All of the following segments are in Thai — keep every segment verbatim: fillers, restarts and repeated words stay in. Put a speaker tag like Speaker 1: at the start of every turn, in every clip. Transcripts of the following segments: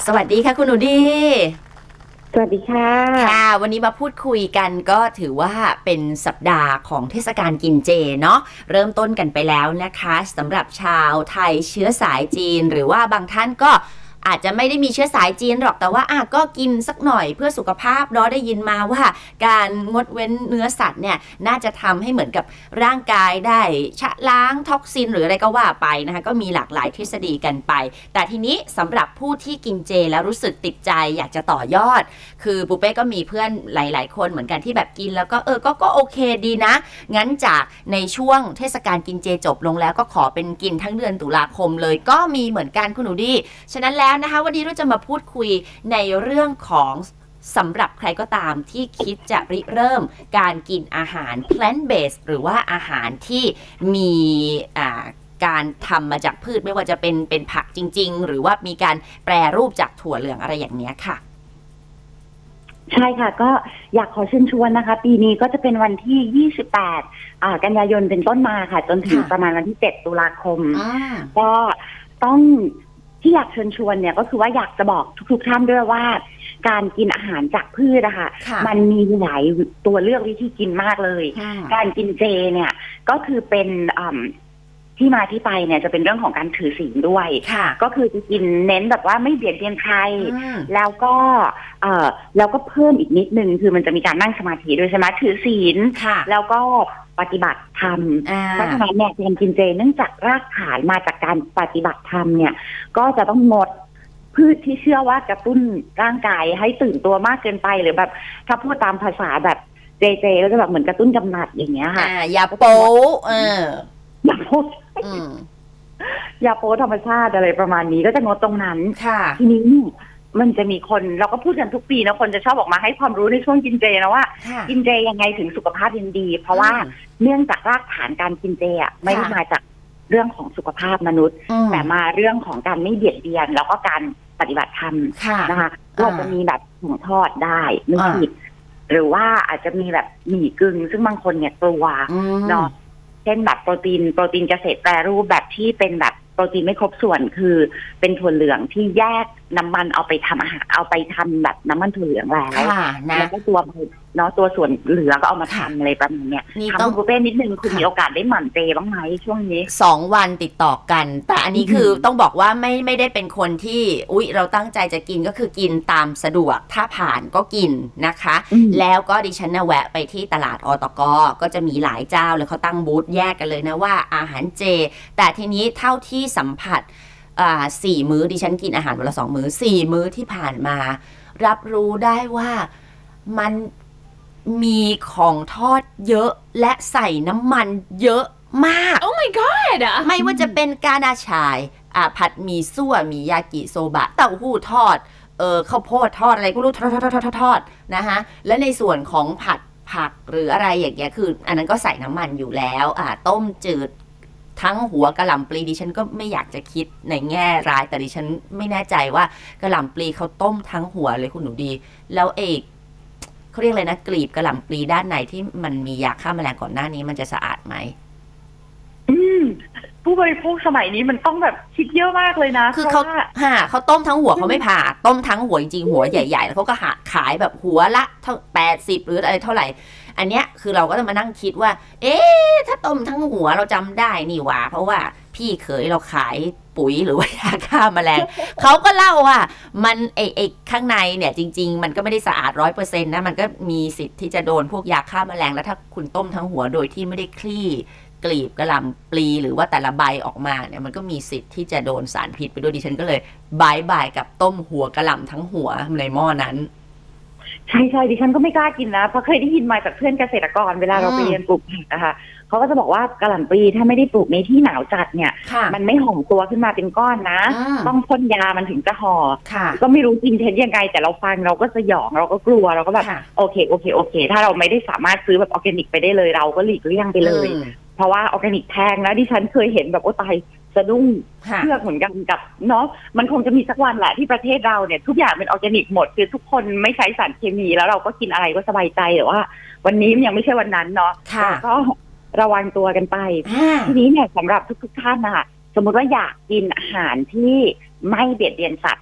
Speaker 1: สวัสดีค่ะคุณหนูดี
Speaker 2: สวัสดีค่ะ
Speaker 1: ค่ะวันนี้มาพูดคุยกันก็ถือว่าเป็นสัปดาห์ของเทศกาลกินเจเนาะเริ่มต้นกันไปแล้วนะคะสำหรับชาวไทยเชื้อสายจีนหรือว่าบางท่านก็อาจจะไม่ได้มีเชื้อสายจีนหรอกแต่ว่าอ่ะก็กินสักหน่อยเพื่อสุขภาพเนาะได้ยินมาว่าการงดเว้นเนื้อสัตว์เนี่ยน่าจะทำให้เหมือนกับร่างกายได้ชะล้างท็อกซินหรืออะไรก็ว่าไปนะคะก็มีหลากหลายทฤษฎีกันไปแต่ทีนี้สำหรับผู้ที่กินเจแล้วรู้สึกติดใจอยากจะต่อยอดคือปูเป้ก็มีเพื่อนหลายๆคนเหมือนกันที่แบบกินแล้วก็เออก็ก็โอเคดีนะงั้นจากในช่วงเทศกาลกินเจจบลงแล้วก็ขอเป็นกินทั้งเดือนตุลาคมเลยก็มีเหมือนกันคุณหนูดีฉะนั้นแล้วนะคะวันนี้เราจะมาพูดคุยในเรื่องของสำหรับใครก็ตามที่คิดจะริเริ่มการกินอาหาร plant based หรือว่าอาหารที่มีอ่าการทำมาจากพืชไม่ว่าจะเป็นเป็นผักจริงๆหรือว่ามีการแปรรูปจากถั่วเหลืองอะไรอย่างเนี้ยค่ะ
Speaker 2: ใช่ค่ะก็อยากขอเชิญชวนนะคะปีนี้ก็จะเป็นวันที่ยี่สิบแปดอ่ากันยายนเป็นต้นมาค่ะจนถึงประมาณวันที่เจ็ดตุลาคมก็ต้องที่อยากเชิญชวนเนี่ยก็คือว่าอยากจะบอกทุกๆท่านด้วยว่าการกินอาหารจากพืชนะคะมันมีหลายตัวเลือกวิธีกินมากเลยการกินเจเนี่ยก็คือเป็นที่มาที่ไปเนี่ยจะเป็นเรื่องของการถือศีลด้วยก็คือจะกินเน้นแบบว่าไม่เบียดเบียนใครแล้วก็เอ่อแล้วก็เพิ่มอีกนิดนึงคือมันจะมีการนั่งสมาธิด้วยใช่ไหมถือศีลแล้วก็ปฏิบัติธรรมเพราะฉะนั้นเนี่ยการกินเจเนื่องจากรากฐานมาจากการปฏิบัติธรรมเนี่ยก็จะต้องงดพืชที่เชื่อว่ากระตุ้นร่างกายให้ตื่นตัวมากเกินไปหรือแบบถ้าพูดตามภาษาแบบเจเจก็จะแบบเหมือนกระตุ้นกำหนัดอย่างเงี้ยค่ะ
Speaker 1: อย่าโป๊เออ
Speaker 2: อย่าโป๊อย่าโป๊ธรรมชาติอะไรประมาณนี้ก็จะงดตรงนั้นทีนี้มันจะมีคนเราก็พูดกันทุกปีนะคนจะชอบออกมาให้ความรู้ในช่วงกินเจนะว่ากินเจยังไงถึงสุขภาพยังดีเพราะว่าเนื่องจากรากฐานการกินเจอ่ะไม่ได้มาจากเรื่องของสุขภาพมนุษย์แต่มาเรื่องของการไม่เบียดเบียนแล้วก็การปฏิบัติธรรมนะคะก็จะมีแบบหมูทอดได้ไม่ผิดหรือว่าอาจจะมีแบบหมี่กึ่งซึ่งบางคนเนี่ยกลัวเนาะเช่นแบบโปรตีนโปรตีนเกษตรแปรรูปแบบที่เป็นแบบโปรตีนไม่ครบส่วนคือเป็นถั่วเหลืองที่แยกน้ำมันเอาไปทำอาหารเอาไปทำแบบน้ำมันถั่วเหลืองแล้วแล้วก็ตัวเนาะตัวส่วนเหลือก็เอามาทำอะไรประมาณเนี้ยทำบุฟเฟ่นิดนึงคุณมีโอกาสได้หมั่นเจบ้างไหมช่วงนี้
Speaker 1: สองวันติดต่อกันแต่อันนี้คือต้องบอกว่าไม่ไม่ได้เป็นคนที่อุ๊ยเราตั้งใจจะกินก็คือกินตามสะดวกถ้าผ่านก็กินนะคะแล้วก็ดิฉันนะแวะไปที่ตลาดอตกก็จะมีหลายเจ้าเลยเขาตั้งบูธแยกกันเลยนะว่าอาหารเจแต่ทีนี้เท่าที่สัมผัสอ่าสี่มื้อดิฉันกินอาหารวันละสองมื้อสี่มื้อที่ผ่านมารับรู้ได้ว่ามันมีของทอดเยอะและใส่น้ำมันเยอะมาก
Speaker 3: Oh my god
Speaker 1: ไม่ว่าจะเป็นกานาชายอ่าผัดหมี่ซั่วหมี่ยากิโซบะเต้าหู้ทอดเออข้าวโพดทอดอะไรก็รู้ทอดทอดทอดทอดทอดนะคะและในส่วนของผัดผักหรืออะไรอย่างเงี้ยคืออันนั้นก็ใส่น้ำมันอยู่แล้วอ่าต้มจืดทั้งหัวกะหล่ำปลีดิฉันก็ไม่อยากจะคิดในแง่ร้ายแต่ดิฉันไม่แน่ใจว่ากะหล่ำปลีเขาต้มทั้งหัวเลยคุณหนูดีแล้วเอกเขาเรียกอะไรนะกลีบกะหล่ำปลีด้านในที่มันมียาฆ่าแมลงก่อนหน้านี้มันจะสะอาดไหม
Speaker 2: อืมผู้บริโภคสมัยนี้มันต้องแบบคิดเยอะมากเลยนะ
Speaker 1: คือเขาหาเขาต้มทั้งหัวเขาไม่ผ่าต้มทั้งหัวจริงๆหัวใหญ่ๆแล้วเขาก็หาขายแบบหัวละเท่าแปดสิบหรืออะไรเท่าไหร่อันเนี้ยคือเราก็จะมานั่งคิดว่าเอ๊ะถ้าต้มทั้งหัวเราจำได้นี่หว่าเพราะว่าพี่เขยเราขายปุ๋ยหรือว่ายาฆ่าแมลงเขาก็เล่าว่ามันไอ้ไอ้ข้างในเนี่ยจริงๆมันก็ไม่ได้สะอาดร้อยเปอร์เซ็นต์นะมันก็มีสิทธิ์ที่จะโดนพวกยาฆ่าแมลงแล้วถ้าคุณต้มทั้งหัวโดยที่ไม่ได้คลี่กลีบกระหล่ำปลีหรือว่าแต่ละใบออกมาเนี่ยมันก็มีสิทธิ์ที่จะโดนสารพิษไปด้วยดิฉันก็เลยบายบายกับต้มหัวกระหล่ำทั้งหัวในหม้อนั้น
Speaker 2: ใช่ใช่ดิฉันก็ไม่กล้ากินนะเพราะเคยได้ยินมาจากเพื่อนเกษตรกรเวลาเราไปเรียนปลูกผักนะคะเขาก็จะบอกว่ากะหล่ำปลีถ้าไม่ได้ปลูกในที่หนาวจัดเนี่ยมันไม่ห่อตัวขึ้นมาเป็นก้อนนะต้องพ่นยามันถึงจะห่อก็ไม่รู้จริงเท็จยังไงแต่เราฟังเราก็สยองเราก็กลัวเราก็แบบโอเคโอเคโอเคถ้าเราไม่ได้สามารถซื้อแบบออร์แกนิกไปได้เลยเราก็หลีกเลี่ยงไปเลยเพราะว่าออร์แกนิกแพงนะดิฉันเคยเห็นแบบโอ้ตายสะดุ้งเชือกเหมือนกันกับเนาะมันคงจะมีสักวันแหละที่ประเทศเราเนี่ยทุกอย่างเป็นออร์แกนิกหมดคือทุกคนไม่ใช้สารเคมีแล้วเราก็กินอะไรก็สบายใจแต่ว่าวันนี้มันยังไม่ใช่วันนั้นเนาะก็ระวังตัวกันไปทีนี้เนี่ยสำหรับทุกๆท่านนะคะสมมติว่าอยากกินอาหารที่ไม่เบียดเบียนสัตว์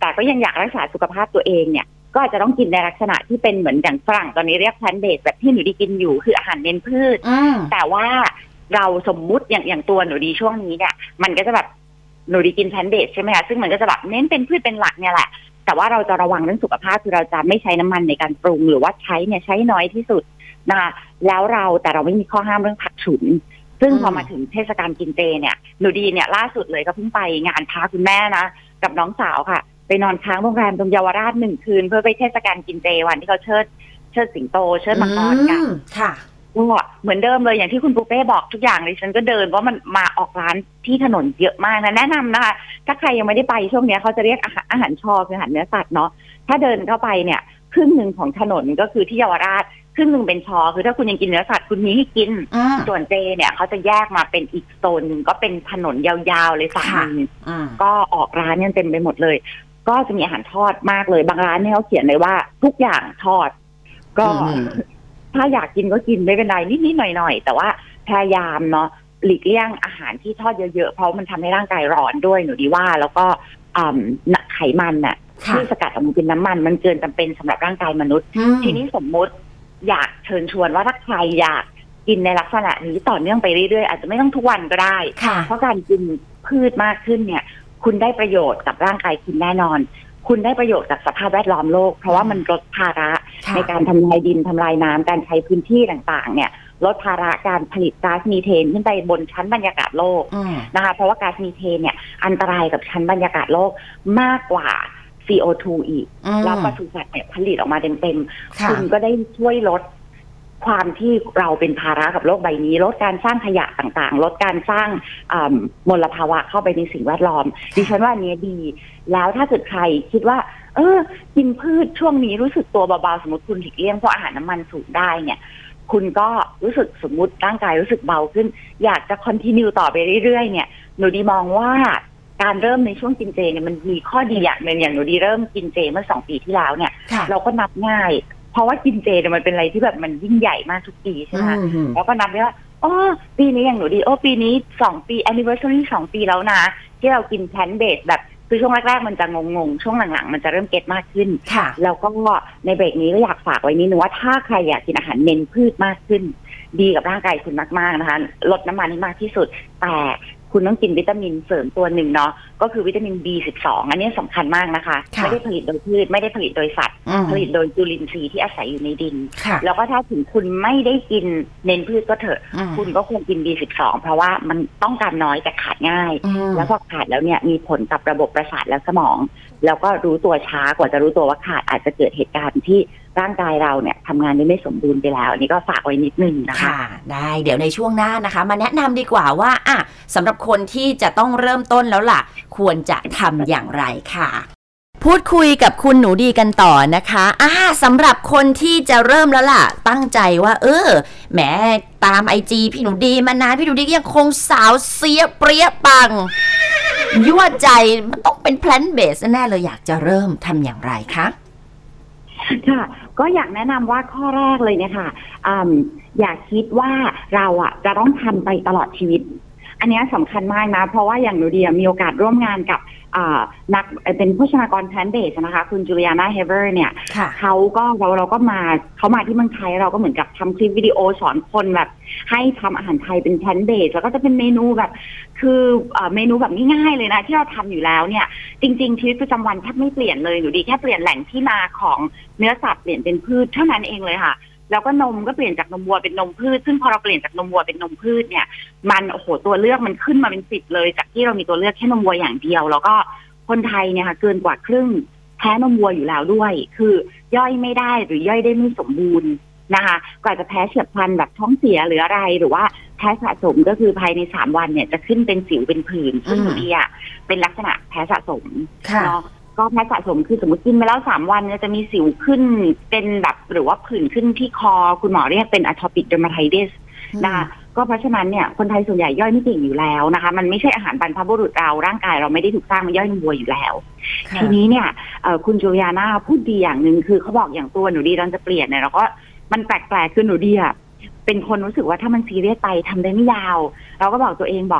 Speaker 2: แต่ก็ยังอยากรักษาสุขภาพตัวเองเนี่ยก็อาจจะต้องกินในลักษณะที่เป็นเหมือนอย่างฝรั่งตอนนี้เรียก plant based แบบที่หนูดีกินอยู่คืออาหารเน้นพืชแต่ว่าเราสมมุติอย่างอย่างตัวหนูดีช่วงนี้เนี่ยมันก็จะแบบหนูดีกิน plant based ใช่ไหมคะซึ่งมันก็จะแบบเน้นเป็นพืชเป็นหลักเนี่ยแหละแต่ว่าเราจะระวังเรื่องสุขภาพคือเราจะไม่ใช้น้ำมันในการปรุงหรือว่าใช้เนี่ยใช้น้อยที่สุดนะคะแล้วเราแต่เราไม่มีข้อห้ามเรื่องผักฉุนซึ่งพอมาถึงเทศกาลกินเจเนี่ยหนูดีเนี่ยล่าสุดเลยก็เพิ่งไปงานพาคุณแม่นะกับน้องสาวค่ะไปนอนค้างโรงแรมตรงเยาวราชหนึ่งคืนเพื่อไปเทศกาลกินเจวันที่เขาเชิดเชิดสิงโตเชิดมังกรกัน
Speaker 1: ค่ะ
Speaker 2: ก็เหมือนเดิมเลยอย่างที่คุณปูเป้บอกทุกอย่างเลยฉันก็เดินว่ามันมาออกร้านที่ถนนเยอะมากนะแนะนำนะคะถ้าใครยังไม่ได้ไปช่วงนี้เขาจะเรียกอาหารอาหารชอคืออาหารเนื้อสัตว์เนาะถ้าเดินเข้าไปเนี่ยครึ่งหนึ่งของถนนก็คือที่เยาวราชครึ่งหนึ่งเป็นชอคือถ้าคุณยังกินเนื้อสัตว์คุณมีให้กินส่วนเจเนี่ยเขาจะแยกมาเป็นอีกโซนหนึ่งก็เป็นถนนยาวๆเลยฝั่งนึงก็ออกร้านเนี่ยเต็มไปหมดเลยก็จะมีอาหารทอดมากเลยบางร้านเนี่ยเขาเขียนเลยว่าทุกอย่างทอดก็ถ้าอยากกินก็กินไม่เป็นไรนิดๆหน่อยๆแต่ว่าพยายามเนาะหลีกเลี่ยงอาหารที่ทอดเยอะๆเพราะมันทำให้ร่างกายร้อนด้วยหนูดีว่าแล้วก็ไขมันน่ะที่สกัดออกมาเป็นน้ำมันมันเกินจำเป็นสำหรับร่างกายมนุษย์ทีนี้สมมติอยากเชิญชวนว่าถ้าใครอยากกินในลักษณะนี้ต่อเนื่องไปเรื่อยๆอาจจะไม่ต้องทุกวันก็ได้เพราะการกินพืชมากขึ้นเนี่ยคุณได้ประโยชน์กับร่างกายคุณแน่นอนคุณได้ประโยชน์จากสภาพแวดล้อมโลกเพราะว่ามันลดภาระในการทำลายดินทำลายน้ำการใช้พื้นที่ต่างๆเนี่ยลดภาระการผลิตก๊าซมีเทนขึ้นไปบนชั้นบรรยากาศโลกนะคะเพราะว่าก๊าซมีเทนเนี่ยอันตรายกับชั้นบรรยากาศโลกมากกว่า ซี โอ ทู อีกแล้วปศุสัตว์เนี่ยผลิตออกมาเต็มๆคุณก็ได้ช่วยลดความที่เราเป็นภาระกับโลกใบนี้ลดการสร้างขยะต่างๆลดการสร้างมลภาวะเข้าไปในสิ่งแวดล้อมดิฉันว่าอันนี้ดีแล้วถ้าเกิดใครคิดว่าเออกินพืชช่วงนี้รู้สึกตัวเบาๆสมมติคุณหลีกเลี่ยงพวกอาหารน้ำมันสูงได้เนี่ยคุณก็รู้สึกสมมติร่างกายรู้สึกเบาขึ้นอยากจะคอนทินิวต่อไปเรื่อยๆเนี่ยหนูดีมองว่าการเริ่มในช่วงกินเจเนี่ยมันมีข้อดีอย่างหนึ่งอย่างหนูดีเริ่มกินเจเมื่อสองปีที่แล้วเนี่ยเราก็นับง่ายเพราะว่ากินเจเนี่ยมันเป็นอะไรที่แบบมันยิ่งใหญ่มากทุกปีใช่ไหมแล้วก็นับได้ว่าอ๋อปีนี้อย่างหนูดีโอ้ปีนี้สองปี anniversary สองปีแล้วนะที่เรากิน plant based แบบคือช่วงแรกๆมันจะงงๆช่วงหลังๆมันจะเริ่มเก็ตมากขึ้นแล้วก็ในเบรกนี้ก็อยากฝากไว้นิดนึงว่าถ้าใครอยากกินอาหารเน้นพืชมากขึ้นดีกับร่างกายคุณมากๆนะคะลดน้ำมันให้มากที่สุดแต่คุณต้องกินวิตามินเสริมตัวหนึ่งเนาะก็คือวิตามิน บี สิบสอง อันนี้สำคัญมากนะคะไม่ได้ผลิตโดยพืชไม่ได้ผลิตโดยสัตว์ผลิตโดยจุลินทรีย์ที่อาศัยอยู่ในดินแล้วก็ถ้าถึงคุณไม่ได้กินเน้นพืชก็เถอะคุณก็ควรกิน บี สิบสอง เพราะว่ามันต้องการน้อยแต่ขาดง่ายแล้วพอขาดแล้วเนี่ยมีผลกับระบบประสาทและสมองแล้วก็รู้ตัวช้ากว่าจะรู้ตัวว่าขาดอาจจะเกิดเหตุการณ์ที่ร่างกายเราเนี่ยทำงานได้ไม่สมบูรณ์ไปแล้วอันนี้ก็ฝากไว้นิดนึงนะคะ
Speaker 1: ค่ะได้เดี๋ยวในช่วงหน้านะคะมาแนะนำดีกว่าว่าอ่ะสำหรับคนที่จะต้องเริ่มต้นแล้วล่ะควรจะทำอย่างไรค่ะพูดคุยกับคุณหนูดีกันต่อนะคะอ่าสำหรับคนที่จะเริ่มแล้วล่ะตั้งใจว่าเออแหมตามไอจีพี่หนูดีมานานพี่หนูดียังคงสาวเสียเปรี้ยปังยั่วใจมันต้องเป็น plant based แน่เลยอยากจะเริ่มทำอย่างไรคะ
Speaker 2: ค่ะก็อยากแนะนำว่าข้อแรกเลยเนี่ยค่ะอย่าคิดว่าเราอ่ะจะต้องทำไปตลอดชีวิตอันนี้สำคัญมากนะเพราะว่าอย่างหนูดีมีโอกาสร่วมงานกับนักเป็นผู้ชนากร plant based นะคะคุณจูเลียนาเฮเวอร์เนี่ยเขาก็เราเราก็มาเขามาที่เมืองไทยเราก็เหมือนกับทำคลิปวิดีโอสอนคนแบบให้ทำอาหารไทยเป็น plant based แล้วก็จะเป็นเมนูแบบคือเมนูแบบง่ายๆเลยนะที่เราทำอยู่แล้วเนี่ยจริงๆชีวิตประจำวันแทบไม่เปลี่ยนเลยหนูดีแค่เปลี่ยนแหล่งที่มาของเนื้อสัตว์เปลี่ยนเป็นพืชเท่านั้นเองเลยค่ะแล้วก็นมก็เปลี่ยนจากนมวัวเป็นนมพืชซึ่งพอเราเปลี่ยนจากนมวัวเป็นนมพืชเนี่ยมันโอ้โหตัวเลือกมันขึ้นมาเป็นสิบเลยจากที่เรามีตัวเลือกแค่นมวัวอย่างเดียวแล้วก็คนไทยเนี่ยค่ะเกินกว่าครึ่งแพ้นมวัวอยู่แล้วด้วยคือย่อยไม่ได้หรือย่อยได้ไม่สมบูรณ์นะคะก็อาจจะแพ้เฉียบพลันแบบท้องเสียหรืออะไรหรือว่าแพ้สะสมก็คือภายในสามวันเนี่ยจะขึ้นเป็นสิวเป็นผื่นซึ่งบางทีอ่ะเป็นลักษณะแพ้สะสมเนาะก็แพ้สะสมคือสมมติกินไปแล้วสามวันเนี่ยจะมีสิวขึ้นเป็นแบบหรือว่าผื่นขึ้นที่คอคุณหมอเรียกเป็น atopic dermatitis นะคะก็เพราะฉะนั้นเนี่ยคนไทยส่วนใหญ่ย่อยไม่เก่งอยู่แล้วนะคะมันไม่ใช่อาหารบรรพบุรุษเราร่างกายเราไม่ได้ถูกสร้างมาย่อยนมวัวอยู่แล้วทีนี้เนี่ยคุณจูเลียนาพูดดีอย่างหนึ่งคือเขาบอกอย่างตัวหนูดีเราจะเปลี่ยนเนี่ยเราก็มันแปลกๆคือหนูดีอ่ะเป็นคนรู้สึกว่าถ้ามันซีเรียสไปทำได้ไม่ยาวเราก็บอกตัวเองบอก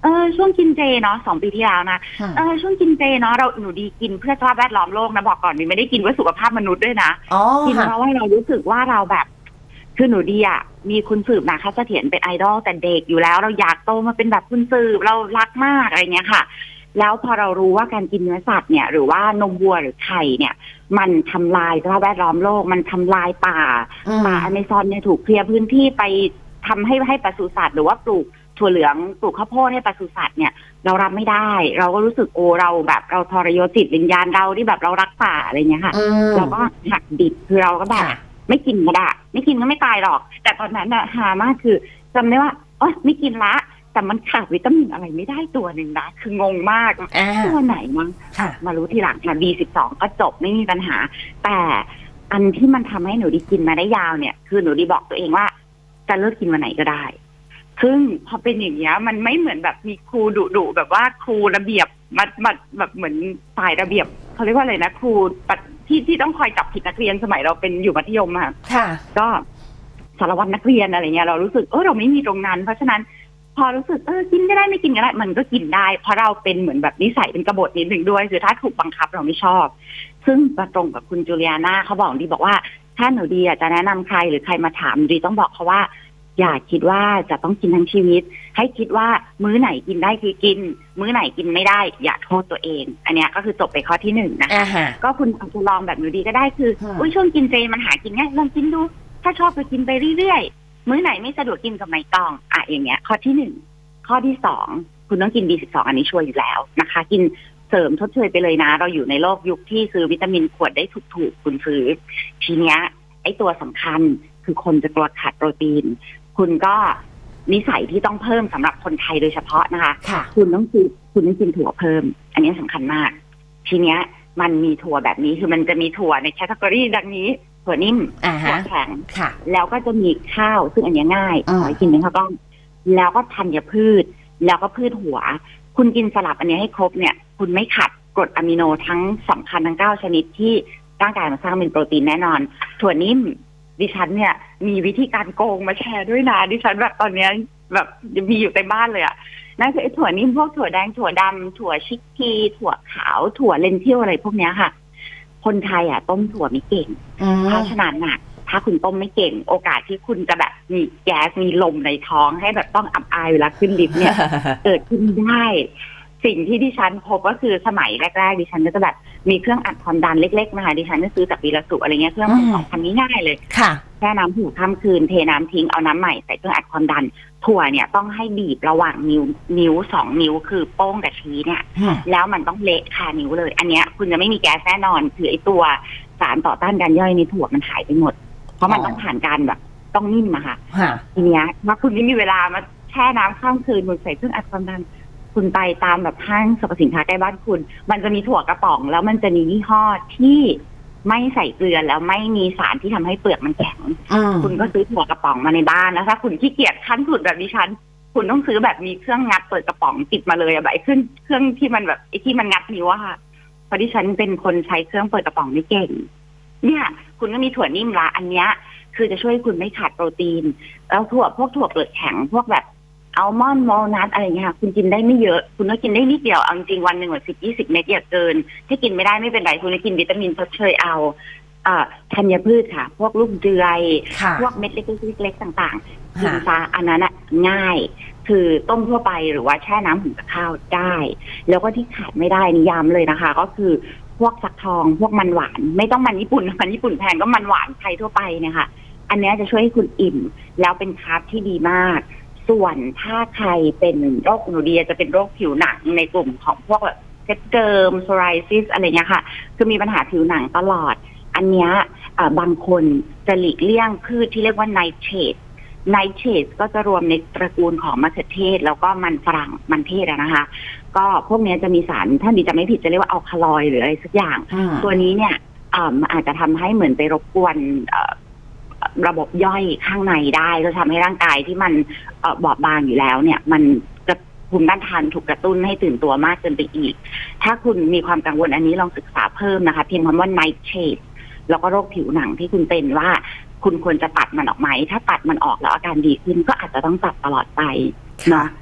Speaker 2: เออช่วงกินเจเนาะสองปีที่แล้วนะเออช่วงกินเจเนาะเราหนูดีกินเพื่อสภาพแวดล้อมโลกนะบอกก่อนนี่ไม่ได้กินเพื่อสุขภาพมนุษย์ด้วยนะกินเพราะว่าเรารู้สึกว่าเราแบบคือหนูดีอ่ะมีคุณสืบนะคะเสถียรเป็นไอดอลแต่เด็กอยู่แล้วเราอยากโตมาเป็นแบบคุณสืบเรารักมากอะไรเงี้ยค่ะแล้วพอเรารู้ว่าการกินเนื้อสัตว์เนี่ยหรือว่านมวัวหรือไข่เนี่ยมันทำลายสภาพแวดล้อมโลกมันทำลายป่าป่าอเมซอนเนี่ยถูกเคลียร์พื้นที่ไปทำให้ให้ปศุสัตว์หรือว่าปลูกถั่วเหลืองปลูกข้าวโพดให้ปศุสัตว์เนี่ยเรารับไม่ได้เราก็รู้สึกโอเราแบบเราทรยศจิตวิญญาณเราที่แบบเรารักป่าอะไรเงี้ยค่ะเราก็หักดิบคือเราก็แบบไม่กินก็ได้ไม่กินก็ไม่ตายหรอกแต่ตอนนั้นอะฮามากคือจำได้ว่าอ๋อไม่กินละแต่มันขาดวิตามินอะไรไม่ได้ตัวหนึ่งนะคืองงมากตัวไหนมั้งมารู้ทีหลังค่ะ บี สิบสอง ก็จบไม่มีปัญหาแต่อันที่มันทำให้หนูดีกินมาได้ยาวเนี่ยคือหนูดีบอกตัวเองว่าจะเลิกกินวันไหนก็ได้ซึ่งพอเป็นอย่างเงี้ยมันไม่เหมือนแบบมีครูดุดุแบบว่าครูระเบียบมามาแบบเหมือนฝ่ายระเบียบเขาเรียกว่าอะไรนะครูที่ที่ต้องคอยจับผิดนักเรียนสมัยเราเป็นอยู่มัธยมอะค่ะก็สารวัตรนักเรียนอะไรเงี้ยเรารู้สึกเออเราไม่มีตรงนั้นเพราะฉะนั้นพอรู้สึกเออกินก็ได้ไม่กินก็ได้มันก็กินได้เพราะเราเป็นเหมือนแบบนิสัยเป็นกบฏนิดหนึ่งด้วยคือถ้าถูกบังคับเราไม่ชอบซึ่งมาตรงกับคุณจูเลียนาเขาบอกดีบอกว่าถ้าหนูดีจะแนะนำใครหรือใครมาถามดีต้องบอกเขาว่าอย่าคิดว่าจะต้องกินทั้งชีวิตให้คิดว่ามื้อไหนกินได้คือกินมื้อไหนกินไม่ได้อย่าโทษตัวเองอันนี้ก็คือจบไปข้อที่หนึ่งนะคะ uh-huh. ก็คุณอาจจะลองแบบหนูดีก็ได้คือ uh-huh. อุ้ยช่วงกินเจมันหากินง่ายลองกินดูถ้าชอบก็กินไปเรื่อยๆมื้อไหนไม่สะดวกกินกับไม่ต้องอ่ะอย่างเงี้ยข้อที่หนึ่งข้อที่สองคุณต้องกิน บี สิบสอง อันนี้ช่วยอยู่แล้วนะคะกินเสริมชดเชยไปเลยนะเราอยู่ในโลกยุคที่ซื้อวิตามินขวดได้ถูกๆคุณซื้อทีเนี้ยไอ้ตัวสำคัญคือคนจะกลัวขาดโปรตีนคุณก็นิสัยที่ต้องเพิ่มสำหรับคนไทยโดยเฉพาะนะคะคุณต้องกินคุณต้องกินถั่วเพิ่มอันนี้สำคัญมากทีเนี้ยมันมีถั่วแบบนี้คือมันจะมีถั่วในแคตตากรีดังนี้ถั่วนิ่มถั่วแข็งแล้วก็จะมีข้าวซึ่งอันนี้ง่ายขอกินเป็นข้าวกล้องแล้วก็ธัญพืชแล้วก็พืชหัวคุณกินสลับอันนี้ให้ครบเนี่ยคุณไม่ขัดกรดอะมิโนทั้งสำคัญทั้งเก้าชนิดที่ร่างกายมันสร้างเป็นโปรตีนแน่นอนถั่วนิ่มดิฉันเนี่ยมีวิธีการโกงมาแชร์ด้วยนะดิฉันแบบตอนนี้แบบมีอยู่ในบ้านเลยอ่ะนั่นคือไอ้ถั่วนิ่มพวกถั่วแดงถั่วดำถั่วชิคกีถั่วขาวถั่วเลนทิลอะไรพวกนี้ค่ะคนไทยอ่ะต้มถั่วไม่เก่งเพราะฉะนั้นน่ะถ้าคุณต้มไม่เก่งโอกาสที่คุณจะแบบมีแก๊สมีลมในท้องให้แบบต้องอับอายเวลาขึ้นลิฟต์เนี่ย เกิดขึ้นได้สิ่งที่ดิฉันพบก็คือสมัยแรกๆดิฉันก็จะแบบมีเครื่องอัดความดันเล็กๆนะคะดิฉันก็ซื้อจากวีรสุอะไรเงี้ยเครื่องสองพันง่ายๆเลยแช่น้ำหัวข้ามคืนเทน้ำทิ้งเอาน้ำใหม่ใส่เครื่องอัดความดันถั่วเนี่ยต้องให้บีบระหว่างนิ้วนิ้วสองนิ้วคือโป้งกับชี้เนี่ยแล้วมันต้องเละคานิ้วเลยอันเนี้ยคุณจะไม่มีแก๊สแน่นอนคือไอตัวสารต่อต้านการย่อยในถั่วมันหายไปหมดเพราะมันต้องผ่านการแบบต้องนิ่มอะค่ะทีเนี้ยถ้าคุณไม่มีเวลามาแช่น้ำข้ามคืนคุณใส่เครื่องอัดความดันคุณไปตามแบบห้างสรรพสินค้าใกล้บ้านคุณมันจะมีถั่วกระป๋องแล้วมันจะมียี่ห้อที่ไม่ใส่เกลือแล้วไม่มีสารที่ทำให้เปลือกมันแข็งคุณก็ซื้อถั่วกระป๋องมาในบ้านแล้วถ้าคุณขี้เกียจขั้นสุดแบบดิฉันคุณต้องซื้อแบบมีเครื่องงัดเปิดกระป๋องติดมาเลยอะแบบไอ้ขึ้นเครื่องที่มันแบบไอ้ที่มันงัดนิ้วอะค่ะเพราะดิฉันเป็นคนใช้เครื่องเปิดกระป๋องไม่เก่งเนี่ยคุณก็มีถั่วนิ่มละอันเนี้ยคือจะช่วยคุณไม่ขาดโปรตีนแล้วถั่วพวกถั่วเปลือกแข็งพวกแบบอัลมอนด์วอลนัทอะไรเงี้ยคุณกินได้ไม่เยอะคุณก็กินได้นิดเดียวเอาจริงวันหนึ่งว่าสิบยี่สิบเม็ดอย่าเกินถ้ากินไม่ได้ไม่เป็นไรคุณก็กินวิตามินทดเชยเอาอ่าธัญพืชค่ะพวกลูกเดือยพวกเม็ดเล็กๆต่างๆกินซะอันนั้นอ่ะง่ายคือต้มทั่วไปหรือว่าแช่น้ำหุงกับข้าวได้แล้วก็ที่ขาดไม่ได้นิยามเลยนะคะก็คือพวกฟักทองพวกมันหวานไม่ต้องมันญี่ปุ่นมันญี่ปุ่นแพงก็มันหวานไทยทั่วไปเนี่ยค่ะอันนี้จะช่วยให้คุณอิ่มแล้วเป็นคาร์บที่ดีมากส่วนถ้าใครเป็นโรคหนูดีจะเป็นโรคผิวหนังในกลุ่มของพวกแบบเซปเดอร์มโซไรซิสอะไรเงี้ยค่ะคือมีปัญหาผิวหนังตลอดอันเนี้ยบางคนจะหลีกเลี่ยงพืชที่เรียกว่าไนเตรตไนเตรตก็จะรวมในตระกูลของมะเขือเทศแล้วก็มันฝรั่งมันเทศนะคะก็พวกนี้จะมีสารถ้าดีจะไม่ผิดจะเรียกว่าอัลคาลอยด์หรืออะไรสักอย่างตัวนี้เนี่ยอาจจะทำให้เหมือนไปรบกวนระบบย่อยข้างในได้ก็ทำให้ร่างกายที่มันบอบบางอยู่แล้วเนี่ยมันกระภูมิต้านทานถูกกระตุ้นให้ตื่นตัวมากเกินไปอีกถ้าคุณมีความกังวลอันนี้ลองศึกษาเพิ่มนะคะเพียงคำว่าไนเตรตแล้วก็โรคผิวหนังที่คุณเป็นว่าคุณควรจะตัดมันออกไหมถ้าตัดมันออกแล้วอาการดีขึ้นก็อาจจะต้องตัดตลอดไปเนาะ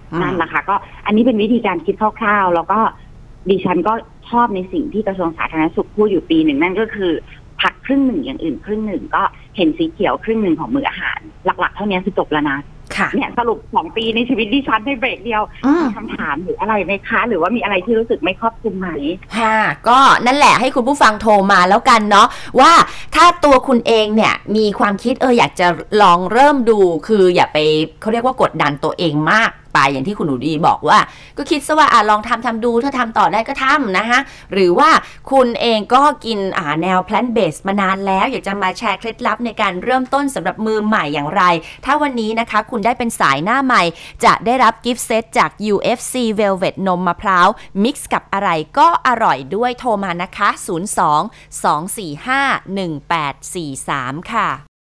Speaker 2: นั่นแหละค่ะก็อันนี้เป็นวิธีการคิดคร่าวๆแล้วก็ดิฉันก็ชอบในสิ่งที่กระทรวงสาธารณสุขพูดอยู่ปีหนึ่งนั่นก็คือผักครึ่งหนึ่งอย่างอื่นครึ่งหนึ่งก็เห็นสีเขียวครึ่งหนึ่งของมื้ออาหารหลักๆเท่านี้คือจบแล้วนะเนี่ยสรุปสองปีในชีวิตดิฉันในเบรกเดียวมีคำถามหรืออะไรไหมคะหรือว่ามีอะไรที่รู้สึกไม่ครอบคลุมไหม
Speaker 1: ค่ะก็นั่นแหละให้คุณผู้ฟังโทรมาแล้วกันเนาะว่าถ้าตัวคุณเองเนี่ยมีความคิดเอออยากจะลองเริ่มดูคืออย่าไปเขาเรียกว่ากดดันตัวเองมากไปอย่างที่คุณหนูดีบอกว่าก็คิดซะว่าอ่ะลองทำทำดูถ้าทำต่อได้ก็ทำนะคะหรือว่าคุณเองก็กินอ่าแนว plant based มานานแล้วอยากจะมาแชร์เคล็ดลับในการเริ่มต้นสำหรับมือใหม่อย่างไรถ้าวันนี้นะคะคุณได้เป็นสายหน้าใหม่จะได้รับกิฟต์เซตจาก ยู เอฟ ซี Velvet นมมะพร้าวมิกซ์กับอะไรก็อร่อยด้วยโทรมานะคะศูนย์ สอง สอง สี่ ห้า หนึ่ง แปด สี่ สาม ค่ะ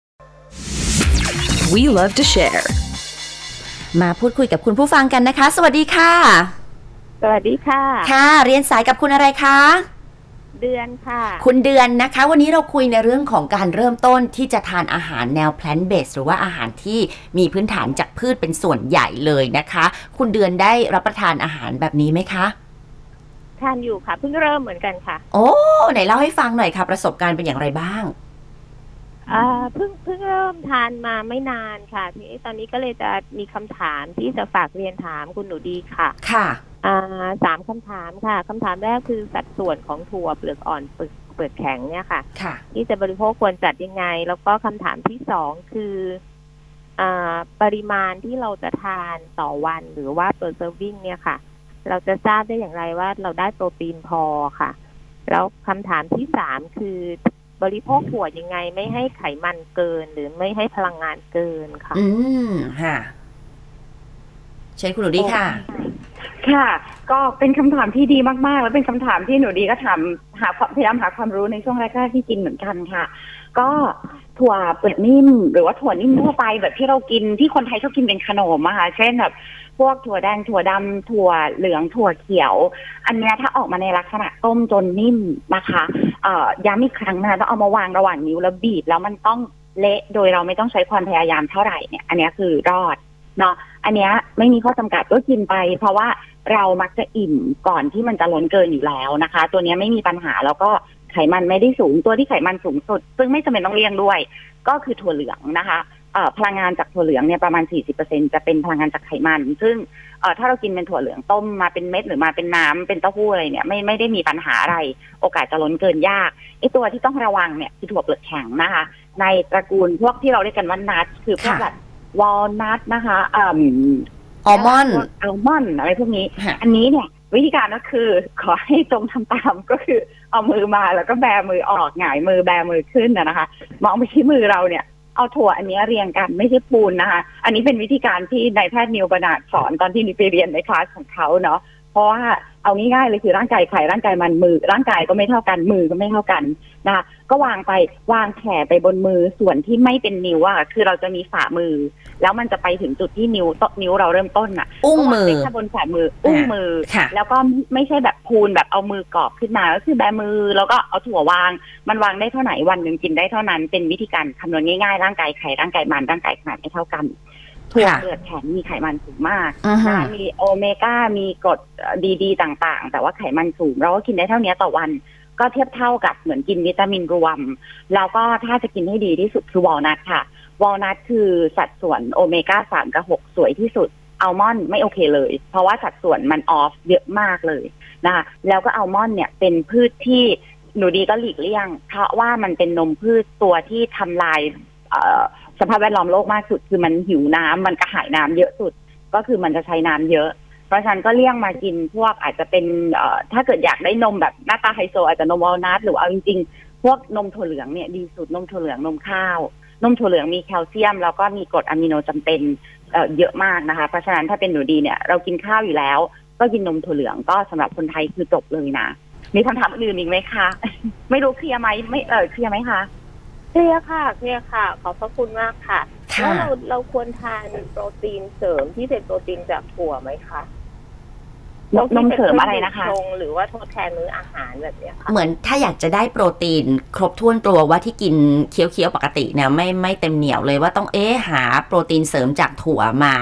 Speaker 3: We love to share
Speaker 1: มาพูดคุยกับคุณผู้ฟังกันนะคะสวัสดีค่ะ
Speaker 4: สวัสดีค่ะ
Speaker 1: ค่ะเรียนสายกับคุณอะไรคะ
Speaker 4: เดือนค่ะ
Speaker 1: คุณเดือนนะคะวันนี้เราคุยในเรื่องของการเริ่มต้นที่จะทานอาหารแนว plant based หรือว่าอาหารที่มีพื้นฐานจากพืชเป็นส่วนใหญ่เลยนะคะคุณเดือนได้รับประทานอาหารแบบนี้ไหมคะ
Speaker 4: ทานอยู่ค่ะเพิ่งเริ่มเหมือนกันค่ะ
Speaker 1: โอ้ไหนเล่าให้ฟังหน่อยค่ะประสบการณ์เป็นอย่างไรบ้าง
Speaker 4: อ่าเพิ่งเพิ่งเริ่มทานมาไม่นานค่ะทีนี้ตอนนี้ก็เลยจะมีคำถามที่จะฝากเรียนถามคุณหนูดีค่ะ
Speaker 1: ค่ะ
Speaker 4: อ่าสามคำถามค่ะคำถามแรกคือสัดส่วนของถั่วเปลือกอ่อนเปลือกเปลือกแข็งเนี่ยค่ะ
Speaker 1: ค่ะ
Speaker 4: ที่จะบริโภคควรจัดยังไงแล้วก็คำถามที่สองคืออ่าปริมาณที่เราจะทานต่อวันหรือว่า per serving เนี่ยค่ะเราจะทราบได้อย่างไรว่าเราได้โปรตีนพอค่ะแล้วคำถามที่สามคือบริโภคถั่วยังไงไม่ให้ไขมันเกินหรือไม่ให้พลังงานเกินค่ะ
Speaker 1: อืมค่ะใช่คุณหนูดีค่ะ
Speaker 2: ค่ะก็เป็นคำถามที่ดีมากๆแล้วเป็นคำถามที่หนูดีก็ถามหาพยายามหาความรู้ในช่วงแรกๆที่กินเหมือนกันค่ะก็ถั่วเปลือกนิ่มหรือว่าถั่วนิ่มทั่วไปแบบที่เรากินที่คนไทยชอบกินเป็นขนมอะค่ะเช่นแบบพวกถั่วแดงถั่วดำถั่วเหลืองถั่วเขียวอันนี้ถ้าออกมาในลักษณะต้มจนนิ่มนะคะเอ่อย้ำอีกครั้งนะต้องเอามาวางระหว่างนิ้วแล้วบีบแล้วมันต้องเละโดยเราไม่ต้องใช้ความพยายามเท่าไหร่เนี่ยอันนี้คือรอดเนาะอันนี้ไม่มีข้อจำกัดก็กินไปเพราะว่าเรามักจะอิ่มก่อนที่มันจะล้นเกินอยู่แล้วนะคะตัวนี้ไม่มีปัญหาแล้วก็ไขมันไม่ได้สูงตัวที่ไขมันสูงสุดซึ่งไม่จำเป็นต้องเลี่ยงด้วยก็คือถั่วเหลืองนะคะพลังงานจากถั่วเหลืองเนี่ยประมาณ สี่สิบเปอร์เซ็นต์ จะเป็นพลังงานจากไขมันซึ่งถ้าเรากินเป็นถั่วเหลืองต้มมาเป็นเม็ดหรือมาเป็นน้ำเป็นเต้าหู้อะไรเนี่ยไม่ไม่ได้มีปัญหาอะไรโอกาสจะล้นเกินยากไอ้ตัวที่ต้องระวังเนี่ยคือถั่วเปลือกแข็งนะคะในตระกูลพวกที่เราเรียกกันว่านัทคือพวกแบบวอลนัทนะคะอ่า
Speaker 1: อัลมอนด์
Speaker 2: อัลมอนด์อะไรพวกนี้อันนี้เนี่ยวิธีการก็คือขอให้จงทำตามก็คือเอามือมาแล้วก็แบมือออกหงายมือแบมือขึ้นนะคะมองไปที่มือเราเนี่ยเอาถั่วอันนี้เรียงกันไม่ใช่ปูนนะคะอันนี้เป็นวิธีการที่นายแพทย์นิวบรรณาร์ดสอนตอนที่นิวไปเรียนในคลาสของเขาเนาะเพราะว่าเอาง่ายๆเลยคือร่างกายใครร่างกายมันมือร่างกายก็ไม่เท่ากันมือก็ไม่เท่ากันนะคะก็วางไปวางแผ่ไปบนมือส่วนที่ไม่เป็นนิ้วอะคือเราจะมีฝ่ามือแล้วมันจะไปถึงจุดที่นิ้วต้นนิ้วเราเริ่มต้นอะ
Speaker 1: อุ้งมือ
Speaker 2: แค่บนฝ่ามืออุ้งมือแล้วก็ไม่ใช่แบบพูนแบบเอามือกอบขึ้นมาก็คือแบมือแล้วก็เอาถั่ววางมันวางได้เท่าไหร่วันหนึ่งกินได้เท่านั้นเป็นวิธีการคำนวณง่ายๆร่างกายใครร่างกายมันร่างกายขนาดไม่เท่ากันถั่วเปลือกแข็งมีไขมันสูงมากมีโอเมก้ามีกรดดีๆต่างๆแต่ว่าไขมันสูงเราก็กินได้เท่านี้ต่อวันก็เทียบเท่ากับเหมือนกินวิตามินรวมแล้วก็ถ้าจะกินให้ดีที่สุดคือวอลนัทค่ะวอลนัทคือสัดส่วนโอเมก้าสามกับหกสวยที่สุดอัลมอนด์ไม่โอเคเลยเพราะว่าสัดส่วนมันออฟเยอะมากเลยนะคะแล้วก็อัลมอนด์เนี่ยเป็นพืชที่หนูดีก็หลีกเลี่ยงเพราะว่ามันเป็นนมพืชตัวที่ทำลายสภาพแวดล้อมโลกมากสุดคือมันหิวน้ำมันกระหายน้ำเยอะสุดก็คือมันจะใช้น้ำเยอะเพราะฉะนั้นก็เลี่ยงมากินพวกอาจจะเป็นถ้าเกิดอยากได้นมแบบหน้าตาไฮโซอาจจะนมวอลนัทหรือเอาจริงๆพวกนมถั่วเหลืองเนี่ยดีสุดนมถั่วเหลืองนมข้าวนมถั่วเหลืองมีแคลเซียมแล้วก็มีกรดอะมิโนจำเป็นเยอะมากนะคะเพราะฉะนั้นถ้าเป็นหนูดีเนี่ยเรากินข้าวอยู่แล้วก็กินนมถั่วเหลืองก็สำหรับคนไทยคือจบเลยนะมีคำถามอื่นอีกไหมคะไม่รู้เคลียร์ไหมไม่เออเคลียร์ไหมคะ
Speaker 4: เคลียร์ค่ะเคลียร์ค่ะขอบพระคุณมากค่ะแล้วเราเราควรทานโปรตีนเสริมที่เป็นโปรตีนจากถั่วไหมคะ
Speaker 2: นมเสริมอะไรนะคะ
Speaker 4: หรือว่าทดแทนมื้ออาหารแบบนี้ค่ะ
Speaker 1: เหมือนถ้าอยากจะได้โปรตีนครบถ้วนตัวว่าที่กินเคี้ยวๆปกติเนี่ยไม่ไม่เต็มเหนียวเลยว่าต้องเอ๊ะหาโปรตีนเสริมจากถั่วมา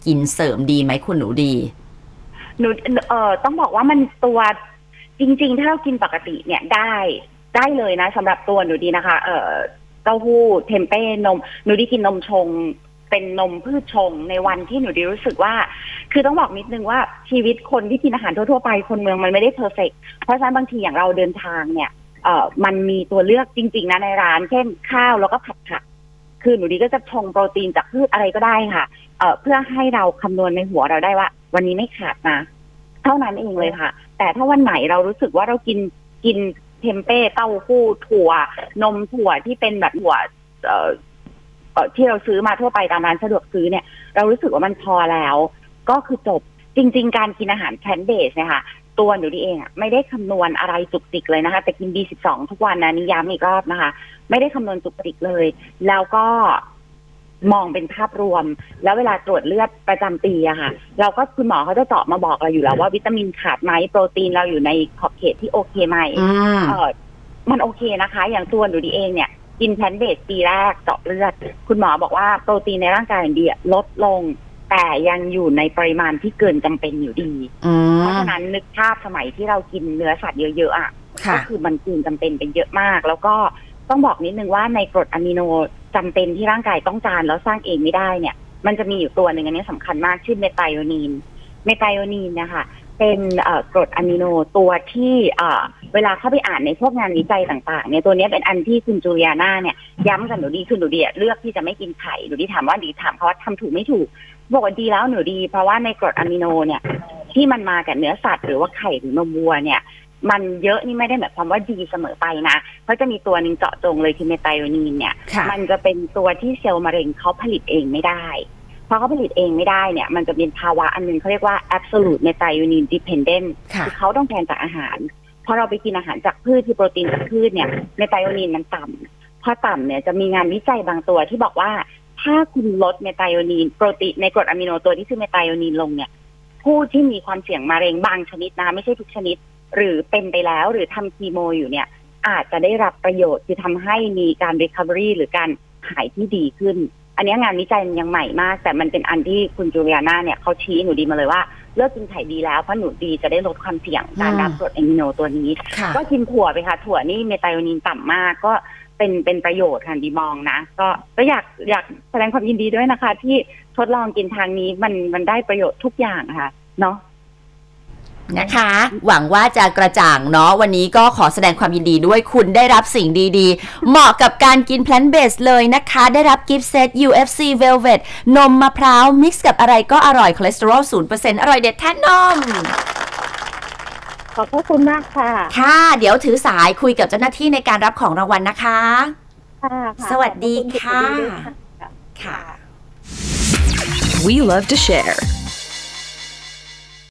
Speaker 1: กินเสริมดีไหมคุณหนูดี
Speaker 2: หนูเอ่อต้องบอกว่ามันตัวจริงๆถ้าเรากินปกติเนี่ยได้ได้เลยนะสำหรับตัวหนูดีนะคะเอ่อเต้าหู้เทมเป้นมหนูดีกินนมชงเป็นนมพืชชงในวันที่หนูดีรู้สึกว่าคือต้องบอกนิดนึงว่าชีวิตคนที่กินอาหารทั่วๆไปคนเมืองมันไม่ได้เพอร์เฟกต์เพราะฉะนั้นบางทีอย่างเราเดินทางเนี่ยเอ่อมันมีตัวเลือกจริงๆนะในร้านเช่นข้าวแล้วก็ผัดผักคือหนูดีก็จะชงโปรตีนจากพืชอะไรก็ได้ค่ะเอ่อเพื่อให้เราคำนวณในหัวเราได้ว่าวันนี้ไม่ขาดนะเท่านั้นเองเลยค่ะแต่ถ้าวันไหนเรารู้สึกว่าเรากินกินเทมเป้เต้าหู้ถั่วนมถั่วที่เป็นแบบถั่วเอ่อที่เราซื้อมาทั่วไปตามร้านสะดวกซื้อเนี่ยเรารู้สึกว่ามันพอแล้วก็คือจบจริงๆการกินอาหารแพลนท์เบสเนี่ยค่ะตัวหนูดีเองอ่ะไม่ได้คำนวณอะไรจุกจิกเลยนะคะแต่กิน บี สิบสอง ทุกวันนะนี่ย้ำอีกรอบนะคะไม่ได้คำนวณจุกจิกเลยแล้วก็มองเป็นภาพรวมแล้วเวลาตรวจเลือดประจำปีอะค่ะเราก็คุณหมอเขาจะเจาะมาบอกเราอยู่แล้วว่าวิตามินขาดไหมโปรตีนเราอยู่ในขอบเขตที่โอเคไหมเออมันโอเคนะคะอย่างตัวหนูดีเองเนี่ยกินแพลนท์เบสปีแรกเจาะเลือดคุณหมอบอกว่าโปรตีนในร่างกายของดีลดลงแต่ยังอยู่ในปริมาณที่เกินจำเป็นอยู่ดีเพราะฉะนั้นนึกภาพสมัยที่เรากินเนื้อสัตว์เยอะๆอ่ะก็คือมันเกินจำเป็นเป็นเยอะมากแล้วก็ต้องบอกนิดนึงว่าในกรดอะมิโนจำเป็นที่ร่างกายต้องการแล้วสร้างเองไม่ได้เนี่ยมันจะมีอยู่ตัวหนึ่งอันนี้สำคัญมากชื่อเมไทโอนีนเมไทโอนีนนะคะเป็นกรดอะมิโนตัวที่เวลาเข้าไปอ่านในพวกงานวิจัยต่างๆเนี่ยตัวนี้เป็นอันที่คุณจูเลียนาเนี่ยย้ำกับหนูดีคือหนูดีเลือกที่จะไม่กินไข่หนูดีถามว่าดีถามเขาว่าทำถูกไม่ถูกบอกว่าดีแล้วหนูดีเพราะว่าในกรดอะมิโนเนี่ยที่มันมากับเนื้อสัตว์หรือว่าไข่หรือนมวัวเนี่ยมันเยอะนี่ไม่ได้หมายความว่าดีเสมอไปนะเพราะจะมีตัวหนึ่งเจาะจงเลยคือเมไทโอนีนเนี่ยมันจะเป็นตัวที่เซลล์มะเร็งเขาผลิตเองไม่ได้พอเขาผลิตเองไม่ได้เนี่ยมันจะเป็นภาวะอันนึงเขาเรียกว่า absolute methionine dependent คือเขาต้องการจากอาหารพอเราไปกินอาหารจากพืชที่โปรตีนจากพืชเนี่ยเมไทโอนีนมันต่ำพอต่ำเนี่ยจะมีงานวิจัยบางตัวที่บอกว่าถ้าคุณลดเมไทโอนีนโปรตีนในกรดอะมิโนตัวที่ชื่อเมไทโอนีนลงเนี่ยผู้ที่มีความเสี่ยงมะเร็งบางชนิดนะไม่ใช่ทุกชนิดหรือเป็นไปแล้วหรือทำคีโมอยู่เนี่ยอาจจะได้รับประโยชน์คือทำให้มีการ recovery หรือการหายที่ดีขึ้นอันนี้งานวิจัยมันยังใหม่มากแต่มันเป็นอันที่คุณจูเลียนาเนี่ยเขาชี้หนูดีมาเลยว่าเลิกกินไข่ดีแล้วเพราะหนูดีจะได้ลดความเสี่ยงการรับกรดอะมิโนตัวนี้ก็กินถั่วไปค่ะถั่วนี่เมไทโอนีนต่ำมากก็เป็นเป็นประโยชน์ค่ะดีมองนะก็ก็อยากอยากแสดงความยินดีด้วยนะคะที่ทดลองกินทางนี้มันมันได้ประโยชน์ทุกอย่างค่ะเนาะ
Speaker 1: นะคะหวังว่าจะกระจ่างเนาะวันนี้ก็ขอแสดงความยินดีด้วยคุณได้รับสิ่งดีๆเหมาะกับการกินแพลนท์เบสเลยนะคะได้รับกิฟต์เซต ยู เอฟ ซี Velvet นมมะพร้าวมิกซ์กับอะไรก็อร่อยคอเลสเตอรอล ศูนย์เปอร์เซ็นต์ อร่อยเด็ดแท้นม
Speaker 4: ขอบคุณมากค่ะ
Speaker 1: ค่ะเดี๋ยวถือสายคุยกับเจ้าหน้าที่ในการรับของรางวัลนะคะ
Speaker 4: ค่ะ
Speaker 1: สวัสดีค่ะค่ะ
Speaker 3: We love to share